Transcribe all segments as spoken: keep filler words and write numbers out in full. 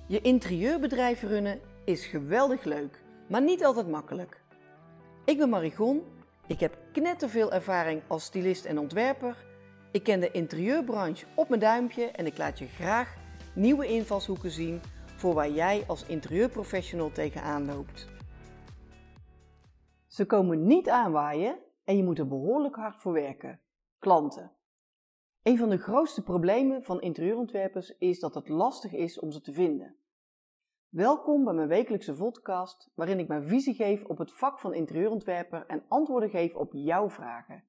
Je interieurbedrijf runnen is geweldig leuk, maar niet altijd makkelijk. Ik ben Marigon, ik heb knetterveel ervaring als stylist en ontwerper. Ik ken de interieurbranche op mijn duimpje en ik laat je graag nieuwe invalshoeken zien voor waar jij als interieurprofessional tegenaan loopt. Ze komen niet aanwaaien en je moet er behoorlijk hard voor werken. Klanten. Een van de grootste problemen van interieurontwerpers is dat het lastig is om ze te vinden. Welkom bij mijn wekelijkse podcast, waarin ik mijn visie geef op het vak van interieurontwerper en antwoorden geef op jouw vragen.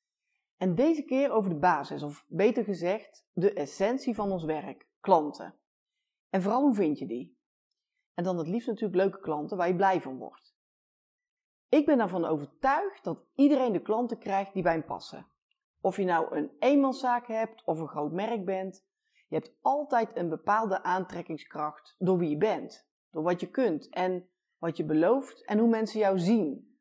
En deze keer over de basis, of beter gezegd, de essentie van ons werk, klanten. En vooral, hoe vind je die? En dan het liefst natuurlijk leuke klanten waar je blij van wordt. Ik ben ervan overtuigd dat iedereen de klanten krijgt die bij hem passen. Of je nou een eenmanszaak hebt of een groot merk bent, je hebt altijd een bepaalde aantrekkingskracht door wie je bent, door wat je kunt en wat je belooft en hoe mensen jou zien.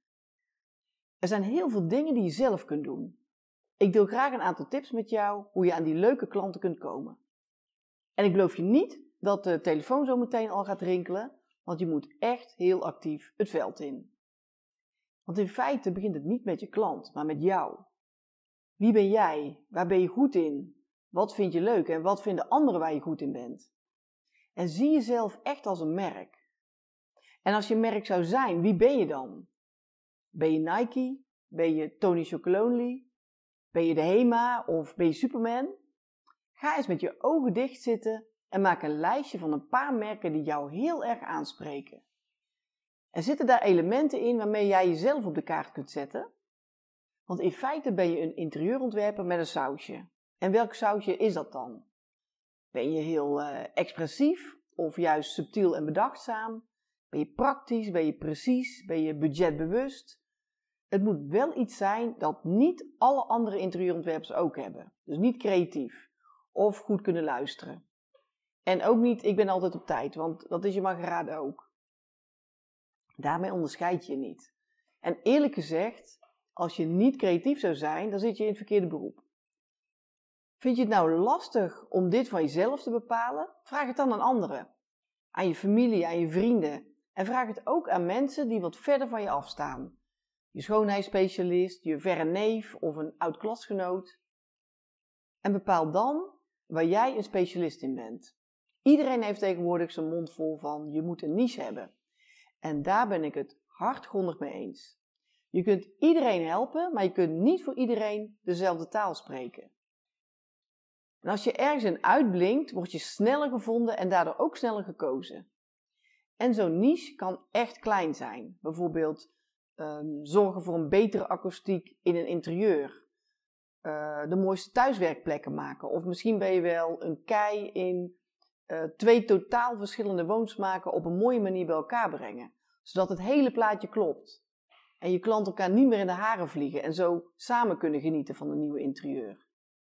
Er zijn heel veel dingen die je zelf kunt doen. Ik deel graag een aantal tips met jou hoe je aan die leuke klanten kunt komen. En ik beloof je niet dat de telefoon zo meteen al gaat rinkelen, want je moet echt heel actief het veld in. Want in feite begint het niet met je klant, maar met jou. Wie ben jij? Waar ben je goed in? Wat vind je leuk en wat vinden anderen waar je goed in bent? En zie jezelf echt als een merk. En als je een merk zou zijn, wie ben je dan? Ben je Nike? Ben je Tony Chocolonely? Ben je de Hema of ben je Superman? Ga eens met je ogen dicht zitten en maak een lijstje van een paar merken die jou heel erg aanspreken. En zitten daar elementen in waarmee jij jezelf op de kaart kunt zetten? Want in feite ben je een interieurontwerper met een sausje. En welk sausje is dat dan? Ben je heel uh, expressief of juist subtiel en bedachtzaam? Ben je praktisch? Ben je precies? Ben je budgetbewust? Het moet wel iets zijn dat niet alle andere interieurontwerpers ook hebben. Dus niet creatief of goed kunnen luisteren. En ook niet, ik ben altijd op tijd, want dat is je maar geraden ook. Daarmee onderscheid je je niet. En eerlijk gezegd, als je niet creatief zou zijn, dan zit je in het verkeerde beroep. Vind je het nou lastig om dit van jezelf te bepalen? Vraag het dan aan anderen. Aan je familie, aan je vrienden. En vraag het ook aan mensen die wat verder van je afstaan. Je schoonheidsspecialist, je verre neef of een oud klasgenoot. En bepaal dan waar jij een specialist in bent. Iedereen heeft tegenwoordig zijn mond vol van je moet een niche hebben. En daar ben ik het hardgrondig mee eens. Je kunt iedereen helpen, maar je kunt niet voor iedereen dezelfde taal spreken. En als je ergens in uitblinkt, word je sneller gevonden en daardoor ook sneller gekozen. En zo'n niche kan echt klein zijn. Bijvoorbeeld um, zorgen voor een betere akoestiek in een interieur. Uh, de mooiste thuiswerkplekken maken. Of misschien ben je wel een kei in uh, twee totaal verschillende woonsmaken op een mooie manier bij elkaar brengen. Zodat het hele plaatje klopt. En je klant elkaar niet meer in de haren vliegen en zo samen kunnen genieten van een nieuw interieur.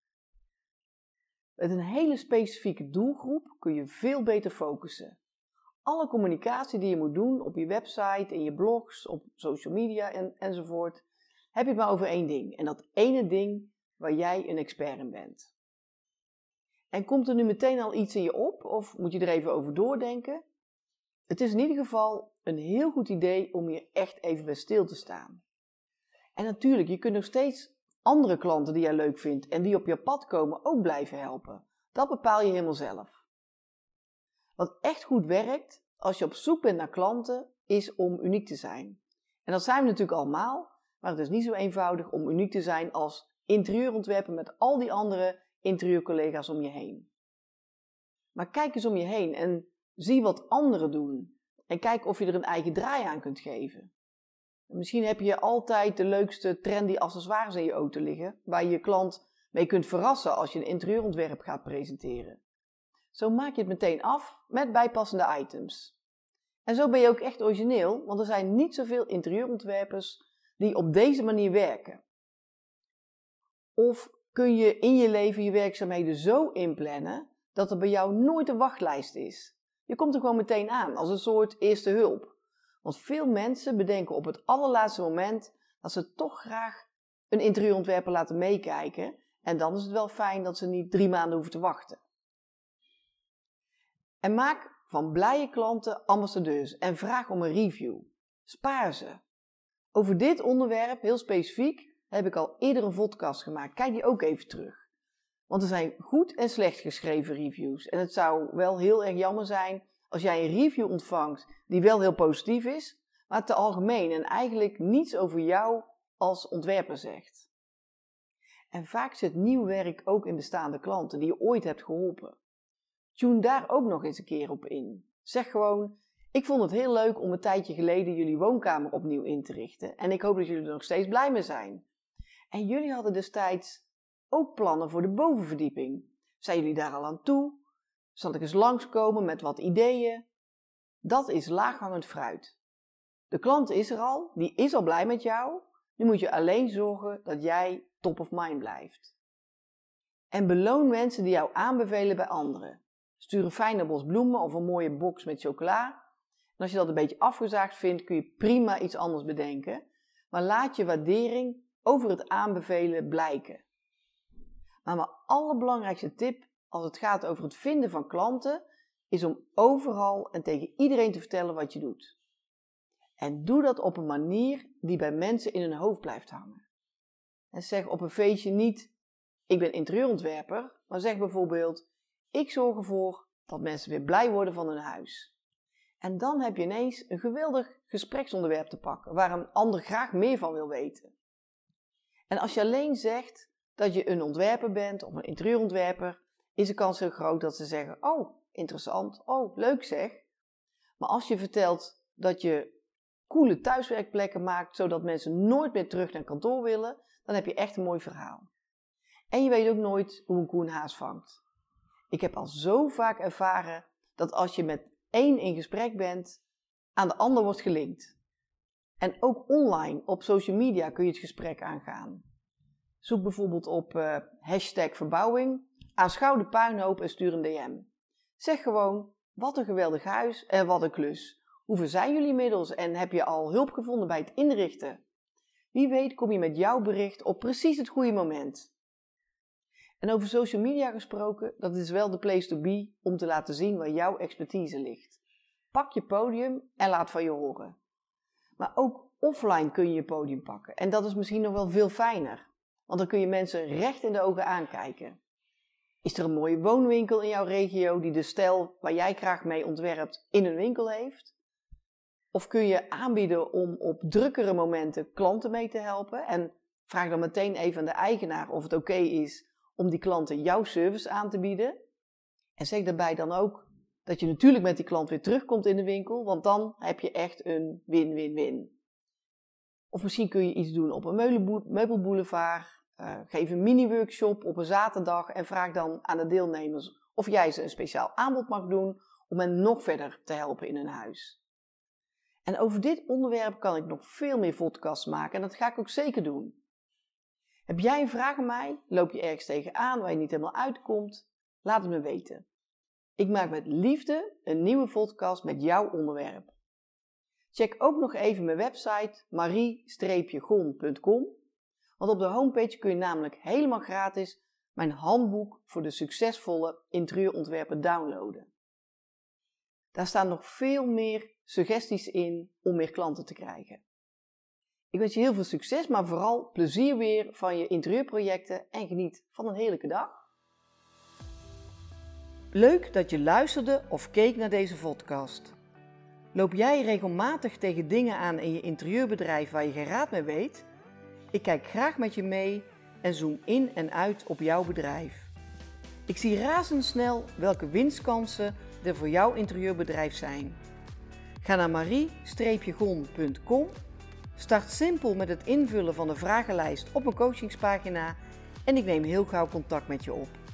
Met een hele specifieke doelgroep kun je veel beter focussen. Alle communicatie die je moet doen op je website, in je blogs, op social media en, enzovoort, heb je het maar over één ding. En dat ene ding waar jij een expert in bent. En komt er nu meteen al iets in je op of moet je er even over doordenken? Het is in ieder geval een heel goed idee om hier echt even bij stil te staan. En natuurlijk, je kunt nog steeds andere klanten die jij leuk vindt en die op je pad komen ook blijven helpen. Dat bepaal je helemaal zelf. Wat echt goed werkt, als je op zoek bent naar klanten, is om uniek te zijn. En dat zijn we natuurlijk allemaal, maar het is niet zo eenvoudig om uniek te zijn als interieurontwerper met al die andere interieurcollega's om je heen. Maar kijk eens om je heen en zie wat anderen doen. En kijk of je er een eigen draai aan kunt geven. Misschien heb je altijd de leukste trendy accessoires in je auto liggen, waar je je klant mee kunt verrassen als je een interieurontwerp gaat presenteren. Zo maak je het meteen af met bijpassende items. En zo ben je ook echt origineel, want er zijn niet zoveel interieurontwerpers die op deze manier werken. Of kun je in je leven je werkzaamheden zo inplannen dat er bij jou nooit een wachtlijst is. Je komt er gewoon meteen aan, als een soort eerste hulp. Want veel mensen bedenken op het allerlaatste moment dat ze toch graag een interieurontwerper laten meekijken. En dan is het wel fijn dat ze niet drie maanden hoeven te wachten. En maak van blije klanten ambassadeurs en vraag om een review. Spaar ze. Over dit onderwerp, heel specifiek, heb ik al eerder een podcast gemaakt. Kijk die ook even terug. Want er zijn goed en slecht geschreven reviews. En het zou wel heel erg jammer zijn als jij een review ontvangt die wel heel positief is, maar te algemeen en eigenlijk niets over jou als ontwerper zegt. En vaak zit nieuw werk ook in bestaande klanten die je ooit hebt geholpen. Tune daar ook nog eens een keer op in. Zeg gewoon, ik vond het heel leuk om een tijdje geleden jullie woonkamer opnieuw in te richten en ik hoop dat jullie er nog steeds blij mee zijn. En jullie hadden destijds ook plannen voor de bovenverdieping. Zijn jullie daar al aan toe? Zal ik eens langskomen met wat ideeën? Dat is laaghangend fruit. De klant is er al, die is al blij met jou. Nu moet je alleen zorgen dat jij top of mind blijft. En beloon mensen die jou aanbevelen bij anderen. Stuur een fijne bos bloemen of een mooie box met chocola. En als je dat een beetje afgezaagd vindt, kun je prima iets anders bedenken. Maar laat je waardering over het aanbevelen blijken. Maar mijn allerbelangrijkste tip als het gaat over het vinden van klanten is om overal en tegen iedereen te vertellen wat je doet. En doe dat op een manier die bij mensen in hun hoofd blijft hangen. En zeg op een feestje niet, ik ben interieurontwerper, maar zeg bijvoorbeeld, ik zorg ervoor dat mensen weer blij worden van hun huis. En dan heb je ineens een geweldig gespreksonderwerp te pakken, waar een ander graag meer van wil weten. En als je alleen zegt dat je een ontwerper bent of een interieurontwerper, is de kans heel groot dat ze zeggen, oh, interessant, oh, leuk zeg. Maar als je vertelt dat je coole thuiswerkplekken maakt, zodat mensen nooit meer terug naar kantoor willen, dan heb je echt een mooi verhaal. En je weet ook nooit hoe een koe een haas vangt. Ik heb al zo vaak ervaren dat als je met één in gesprek bent, aan de ander wordt gelinkt. En ook online, op social media kun je het gesprek aangaan. Zoek bijvoorbeeld op uh, hashtag verbouwing, aanschouw de puinhoop en stuur een D M. Zeg gewoon, wat een geweldig huis en wat een klus. Hoeveel zijn jullie inmiddels en heb je al hulp gevonden bij het inrichten? Wie weet kom je met jouw bericht op precies het goede moment. En over social media gesproken, dat is wel de place to be om te laten zien waar jouw expertise ligt. Pak je podium en laat van je horen. Maar ook offline kun je je podium pakken en dat is misschien nog wel veel fijner. Want dan kun je mensen recht in de ogen aankijken. Is er een mooie woonwinkel in jouw regio die de stijl waar jij graag mee ontwerpt in een winkel heeft? Of kun je aanbieden om op drukkere momenten klanten mee te helpen? En vraag dan meteen even aan de eigenaar of het oké is om die klanten jouw service aan te bieden. En zeg daarbij dan ook dat je natuurlijk met die klant weer terugkomt in de winkel, want dan heb je echt een win-win-win. Of misschien kun je iets doen op een meubelboulevard. Uh, geef een mini-workshop op een zaterdag en vraag dan aan de deelnemers of jij ze een speciaal aanbod mag doen om hen nog verder te helpen in hun huis. En over dit onderwerp kan ik nog veel meer podcasts maken en dat ga ik ook zeker doen. Heb jij een vraag aan mij? Loop je ergens tegenaan waar je niet helemaal uitkomt? Laat het me weten. Ik maak met liefde een nieuwe podcast met jouw onderwerp. Check ook nog even mijn website marie gon punt com. Want op de homepage kun je namelijk helemaal gratis mijn handboek voor de succesvolle interieurontwerper downloaden. Daar staan nog veel meer suggesties in om meer klanten te krijgen. Ik wens je heel veel succes, maar vooral plezier weer van je interieurprojecten en geniet van een heerlijke dag. Leuk dat je luisterde of keek naar deze podcast. Loop jij regelmatig tegen dingen aan in je interieurbedrijf waar je geen raad mee weet? Ik kijk graag met je mee en zoom in en uit op jouw bedrijf. Ik zie razendsnel welke winstkansen er voor jouw interieurbedrijf zijn. Ga naar marie gon punt com, start simpel met het invullen van de vragenlijst op mijn coachingspagina en ik neem heel gauw contact met je op.